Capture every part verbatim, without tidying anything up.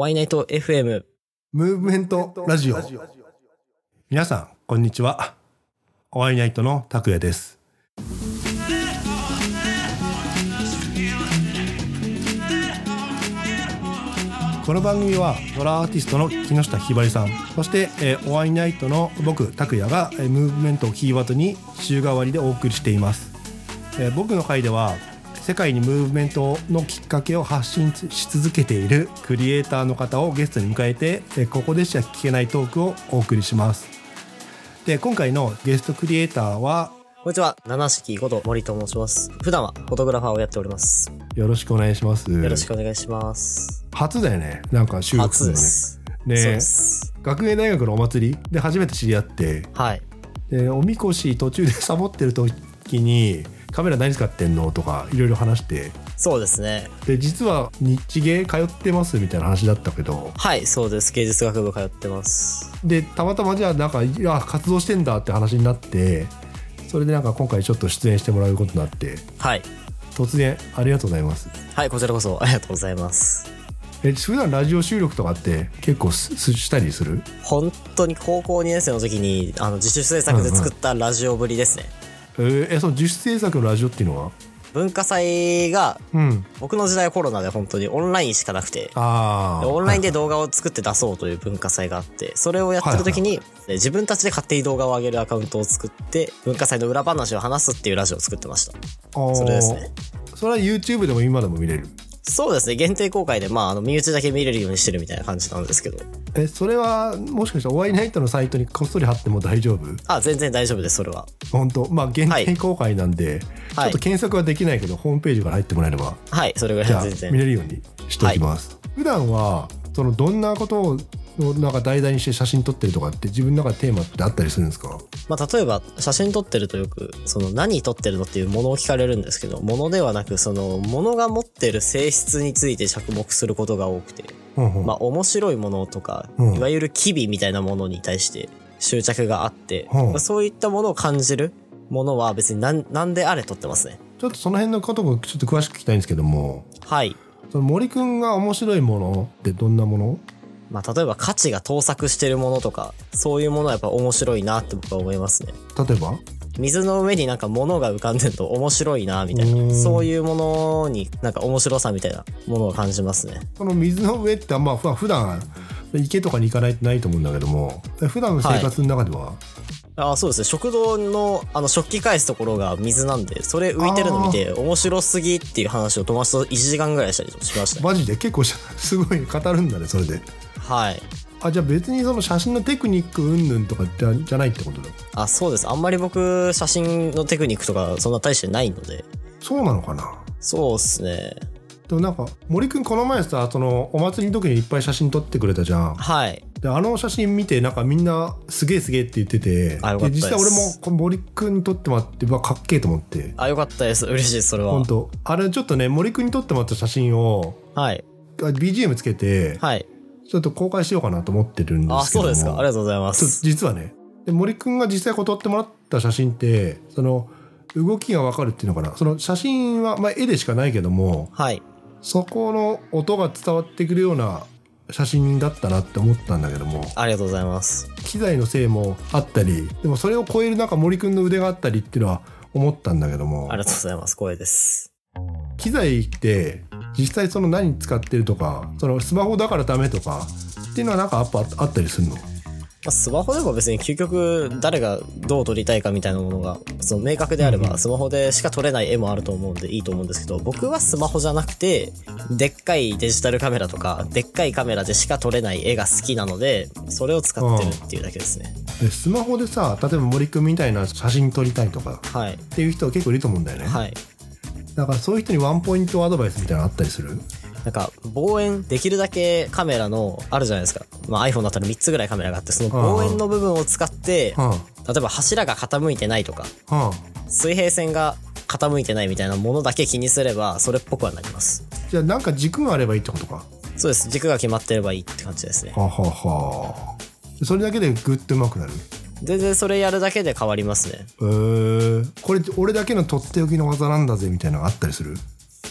ワイナイト エフエムムーブメントラジオ。皆さんこんにちは。ワイナイトの拓也です。この番組はドラアーティストの木下ひばりさん、そして、えー、ワイナイトの僕拓也が、えー、ムーブメントをキーワードに週替わりでお送りしています。えー、僕の回では世界にムーブメントのきっかけを発信し続けているクリエイターの方をゲストに迎えて、えー、ここでしか聞けないトークをお送りします。で、今回のゲストクリエイターは、 こんにちは、七式こと森と申します。普段はフォトグラファーをやっております。 よろしくお願いします。 よろしくお願いします。 初だよね、なんか収録するのね。 初です。 ね、 そうです。 学芸大学のお祭りで初めて知り合って、 はい。 でおみこし途中でサボってる時にカメラ何使ってんのとかいろいろ話して、 そうですね。 で実は日芸通ってますみたいな話だったけど、 はい、そうです。芸術学部通ってます。 でたまたまじゃあなんかいや活動してんだって話になって、それでなんか今回ちょっと出演してもらうことになって、 はい。 突然ありがとうございます。 はい、こちらこそありがとうございます。 え普段ラジオ収録とかって結構すしたりする？ 本当に高校にねん生の時にあの自主制作で作ったラジオぶりですね。 うんうん、えー、えその自主制作のラジオっていうのは？ 文化祭が、うん、僕の時代はコロナで本当にオンラインしかなくて、あオンラインで動画を作って出そうという文化祭があって、それをやってる時に、はいはい、自分たちで勝手に動画を上げるアカウントを作って文化祭の裏話を話すっていうラジオを作ってました。それですね。 それは YouTube でも今でも見れる？ そうですね、限定公開で、まあ、あの身内だけ見れるようにしてるみたいな感じなんですけど。 えそれはもしかしたらワイナイトのサイトにこっそり貼っても大丈夫？ あ、全然大丈夫です。それは本当、まあ限定公開なんで、はい、ちょっと検索はできないけど、はい、ホームページから入ってもらえれば、 はい、それぐらいは全然見れるようにしておきます。はい、普段はそのどんなことをなんか題材にして写真撮ってるとかって自分の中でテーマってあったりするんですか？ まあ、例えば写真撮ってるとよくその何撮ってるのっていうものを聞かれるんですけど、ものではなくそのものが持ってる性質について着目することが多くて、うんうん、まあ面白いものとか、うん、いわゆる機微みたいなものに対して執着があって、うんまあ、そういったものを感じるものは別に何何であれ撮ってますね。 ちょっとその辺のこともちょっと詳しく聞きたいんですけども、 はい。 その森くんが面白いものってどんなもの？ まあ、例えば価値が盗作してるものとか、そういうものはやっぱ面白いなって僕は思いますね。 例えば？ 水の上になんか物が浮かんでると面白いなみたいな、そういうものになんか面白さみたいなものを感じますね。 この水の上ってまあ普段池とかに行かないとないと思うんだけども、普段の生活の中では、はい、 あそうですね、食堂のあの食器返すところが水なんで、それ浮いてるの見て面白すぎっていう話を友達といちじかんぐらいしたりしました、ね、 マジで結構すごい語るんだねそれで。 はい。 あ、じゃあ別にその写真のテクニック云々とかじゃ、じゃないってことだ。 あ、そうです。あんまり僕写真のテクニックとかそんな大してないので。 そうなのかな。 そうですね。 でもなんか森くんこの前さ、そのお祭りの時にいっぱい写真撮ってくれたじゃん。 はい。 であの写真見てなんかみんなすげえすげえって言ってて、 あ、よかったです。 で実際俺もこの森くんに撮ってもらってわかっけえと思って。 あ、よかったです。嬉しいです。それは本当。あれちょっとね、森くんに撮ってもらった写真を、 はい、 ビージーエム つけて、 はい、 ちょっと公開しようかなと思ってるんですけども。 あ、そうですか。ありがとうございます。 実はね、で森くんが実際こう撮ってもらった写真ってその動きが分かるっていうのかな。その写真はまあ絵でしかないけども、はい、そこの音が伝わってくるような写真だったなって思ったんだけども。 ありがとうございます。 機材のせいもあったり、でもそれを超えるなんか森くんの腕があったりっていうのは思ったんだけども。 ありがとうございます。光栄です。 機材って実際その何使ってるとか、そのスマホだからダメとかっていうのはなんかやっぱあったりするの？ スマホでも別に究極誰がどう撮りたいかみたいなものがその明確であれば、スマホでしか撮れない絵もあると思うんでいいと思うんですけど、僕はスマホじゃなくてでっかいデジタルカメラとかでっかいカメラでしか撮れない絵が好きなので、それを使ってるっていうだけですね。 でスマホでさ、例えば森くんみたいな写真撮りたいとか、はい、っていう人は結構いると思うんだよね。はい。だからそういう人にワンポイントアドバイスみたいなのあったりする？ なんか望遠できるだけカメラのあるじゃないですか、まあ、iPhone だったらみっつぐらいカメラがあって、その望遠の部分を使って、うん、例えば柱が傾いてないとか、うん、水平線が傾いてないみたいなものだけ気にすればそれっぽくはなります。 じゃあなんか軸があればいいってことか？ そうです、軸が決まってればいいって感じですね。 ははは。それだけでグッと上手くなる？ 全然それやるだけで変わりますね。 へー、これ俺だけのとっておきの技なんだぜみたいなのがあったりする？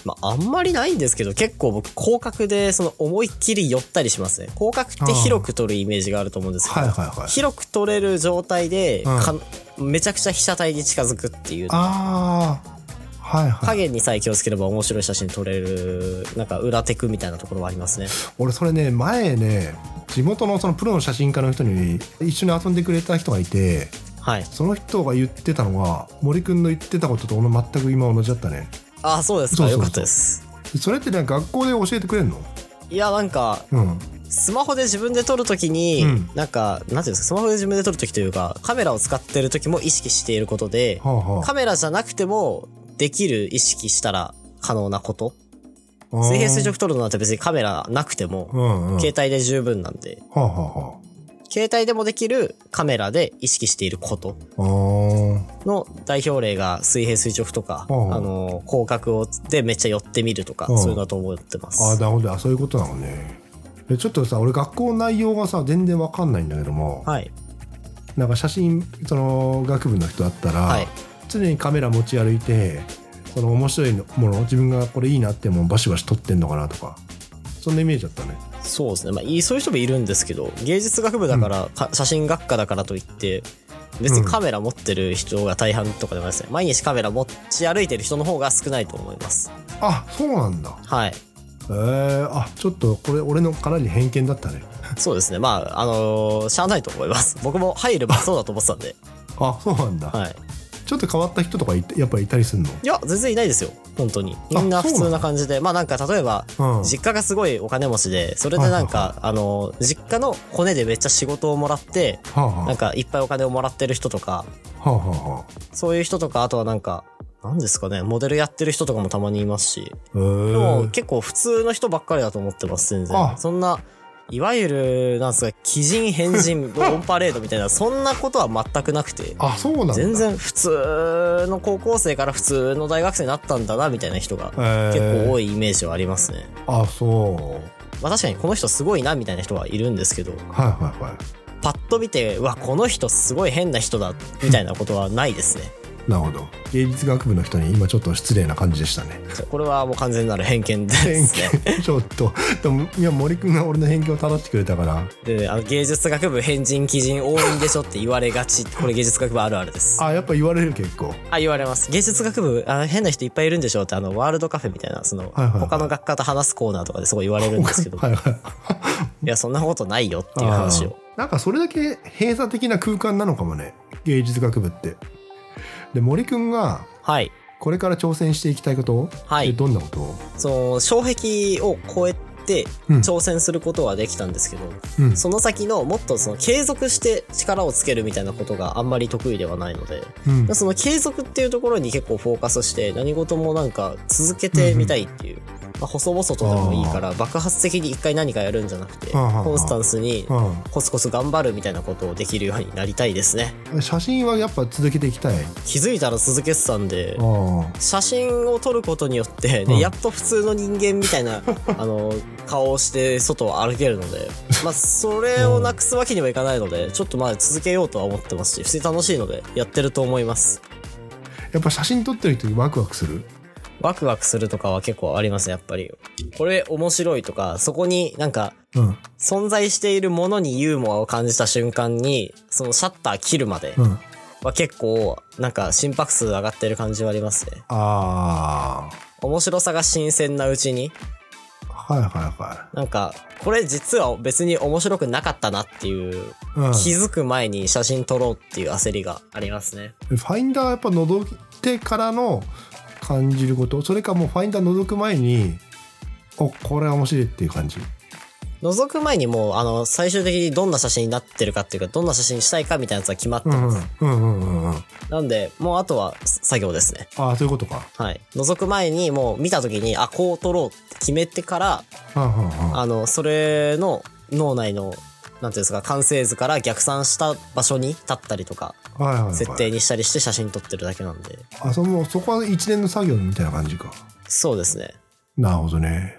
まあ、あんまりないんですけど、結構僕広角でその思いっきり寄ったりしますね。広角って広く撮るイメージがあると思うんですけど、 はいはいはい、 広く撮れる状態で、うん、めちゃくちゃ被写体に近づくっていう。ああ。はいはい、影にさえ気をつければ面白い写真撮れるなんか裏テクみたいなところはありますね。 俺それね前ね地元のそのプロの写真家の人に一緒に遊んでくれた人がいて、はい、その人が言ってたのが森くんの言ってたことと俺全く今同じだったね。 ああそうですか。そうそうそう、よかったです。 それってね学校で教えてくれんの？ いやなんか、うん、スマホで自分で撮るときに、うん、なんかなんていうんですか、スマホで自分で撮るときというかカメラを使ってるときも意識していることで、はあはあ、カメラじゃなくてもできる意識したら可能なこと。水平垂直撮るのなんて別にカメラなくても、うんうん、携帯で十分なんで、はあはあ、携帯でもできるカメラで意識していることの代表例が水平垂直とか、はあはあ、あの広角をでめっちゃ寄ってみるとか、はあ、そういうのだと思ってます。 ああなるほど、そういうことなのね。ちょっとさ俺学校の内容がさ全然わかんないんだけども、はい、なんか写真その学部の人だったら、はい、常にカメラ持ち歩いてその面白いもの自分がこれいいなってもバシバシ撮ってんのかなとかそんなイメージだったね。 そうですね、まあ、そういう人もいるんですけど芸術学部だから、うん、か写真学科だからといって別にカメラ持ってる人が大半とかでもないですね、うん、毎日カメラ持ち歩いてる人の方が少ないと思います。 あそうなんだ。 はい。 えー、あちょっとこれ俺のかなり偏見だったね。 そうですね、まああのー、しゃあないと思います。僕も入るばそうだと思ってたんで。 あそうなんだ。 はい。 ちょっと変わった人とかやっぱりいたりするの？いや全然いないですよ本当に。みんな普通な感じで、まあなんか例えば、うん、実家がすごいお金持ちでそれでなんか、はいはいはい、あの実家のコネでめっちゃ仕事をもらって、はあはあ、なんかいっぱいお金をもらってる人とか、はあはあ、そういう人とかあとはなんかなんですかねモデルやってる人とかもたまにいますし、でも結構普通の人ばっかりだと思ってます全然。そんないわゆるなんですか奇人変人オンパレードみたいなそんなことは全くなくて、 あそうなんだ。 全然普通の高校生から普通の大学生になったんだなみたいな人が結構多いイメージはありますね。 あそう。 まあ確かにこの人すごいなみたいな人はいるんですけど、はいはいはい、 パッと見てうわこの人すごい変な人だみたいなことはないですね。 なるほど。芸術学部の人に今ちょっと失礼な感じでしたね。 これはもう完全なる偏見ですね。 偏見ちょっとでもいや森くんが俺の偏見を正してくれたから。 であの芸術学部変人奇人多いんでしょって言われがち。これ芸術学部あるあるです。 あやっぱ言われる結構。 あ言われます。芸術学部あ変な人いっぱいいるんでしょってあのワールドカフェみたいなその、はいはいはい、他の学科と話すコーナーとかですごい言われるんですけど、はいはい、いやそんなことないよっていう話を。 なんかそれだけ閉鎖的な空間なのかもね芸術学部って。で森くんがこれから挑戦していきたいこと、はい、どんなことを？ その障壁を越えて挑戦することはできたんですけど、うん、その先のもっとその継続して力をつけるみたいなことがあんまり得意ではないので、うん、その継続っていうところに結構フォーカスして何事もなんか続けてみたいっていう、うんまあ、細々とでもいいから爆発的に一回何かやるんじゃなくてコンスタンスにコツコツ頑張るみたいなことをできるようになりたいですね。 写真はやっぱ続けていきたい。 気づいたら続けてたんで写真を撮ることによって、ね、やっと普通の人間みたいなあの顔をして外を歩けるのでまあそれをなくすわけにはいかないのでちょっとまあ続けようとは思ってますし普通に楽しいのでやってると思います。 やっぱ写真撮ってる人にワクワクする？ ワクワクするとかは結構ありますねやっぱり。これ面白いとかそこになんか、うん、存在しているものにユーモアを感じた瞬間にそのシャッター切るまでは結構なんか心拍数上がってる感じはありますね。あー面白さが新鮮なうちにはいはいはい。 なんかこれ実は別に面白くなかったなっていう、うん、気づく前に写真撮ろうっていう焦りがありますね。 ファインダーやっぱ覗いてからの感じること、それかもうファインダー覗く前におこれは面白いっていう感じ？ 覗く前にもうあの最終的にどんな写真になってるかっていうかどんな写真にしたいかみたいなやつは決まってます。うんうんうんうん。なんでもうあとは作業ですね。 ああそういうことか。 はい。覗く前にもう見た時にあこう撮ろうって決めてから、はあはあ、あのそれの脳内のなんていうんですか完成図から逆算した場所に立ったりとか、はいはいはい、設定にしたりして写真撮ってるだけなんで。 あそのそこは一連の作業みたいな感じか。 そうですね。 なるほどね。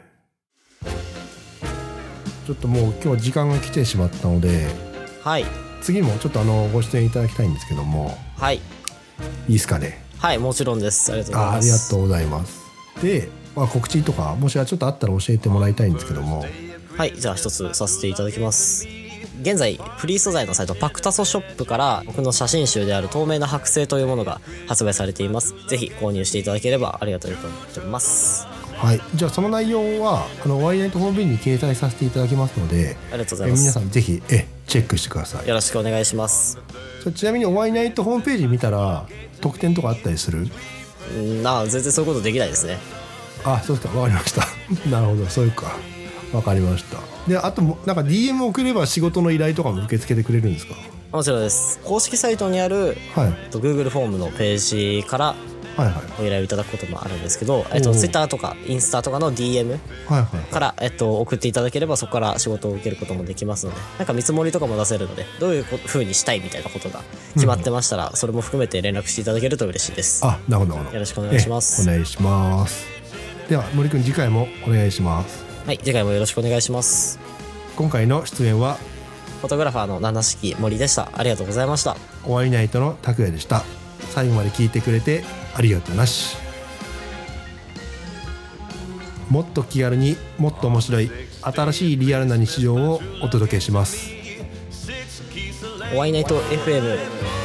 ちょっともう今日は時間が来てしまったので、はい。次もちょっとあのご出演いただきたいんですけども、はい。いいですかね。 はいもちろんです。ありがとうございます。 あ、ありがとうございます。でまあ、告知とかもしはちょっとあったら教えてもらいたいんですけども。 はい、じゃあ一つさせていただきます。現在フリー素材のサイトパクタソショップから僕の写真集である透明な剥製というものが発売されています。ぜひ購入していただければありがたいと思っております。 はい、じゃあその内容はあのワイナイトホームページに掲載させていただきますので、 ありがとうございます。 え皆さんぜひえチェックしてください。 よろしくお願いします。 ちなみにワイナイトホームページ見たら特典とかあったりする？ うんあ全然そういうことできないですね。 あ、そうですか、わかりましたなるほど、そういうか、わかりました。で、あとなんか ディーエム 送れば仕事の依頼とかも受け付けてくれるんですか？ もちろんです。公式サイトにある、 はい、 えっと Google フォームのページからはいはい、 お依頼をいただくこともあるんですけど、えっと、Twitter とかインスタとかの ディーエム から、えっと、送っていただければそこから仕事を受けることもできますので、なんか見積もりとかも出せるので、どういう風にしたいみたいなことが決まってましたら、うん、それも含めて連絡していただけると嬉しいです。 あ、なるほど、よろしくお願いします。 お願いします。では森くん、次回もお願いします。 はい、次回もよろしくお願いします。 今回の出演はフォトグラファーの七色森でした。ありがとうございました。 お会いナイトの拓也でした。最後まで聞いてくれてありがとうなし。もっと気軽にもっと面白い新しいリアルな日常をお届けします。 お会いナイト エフエム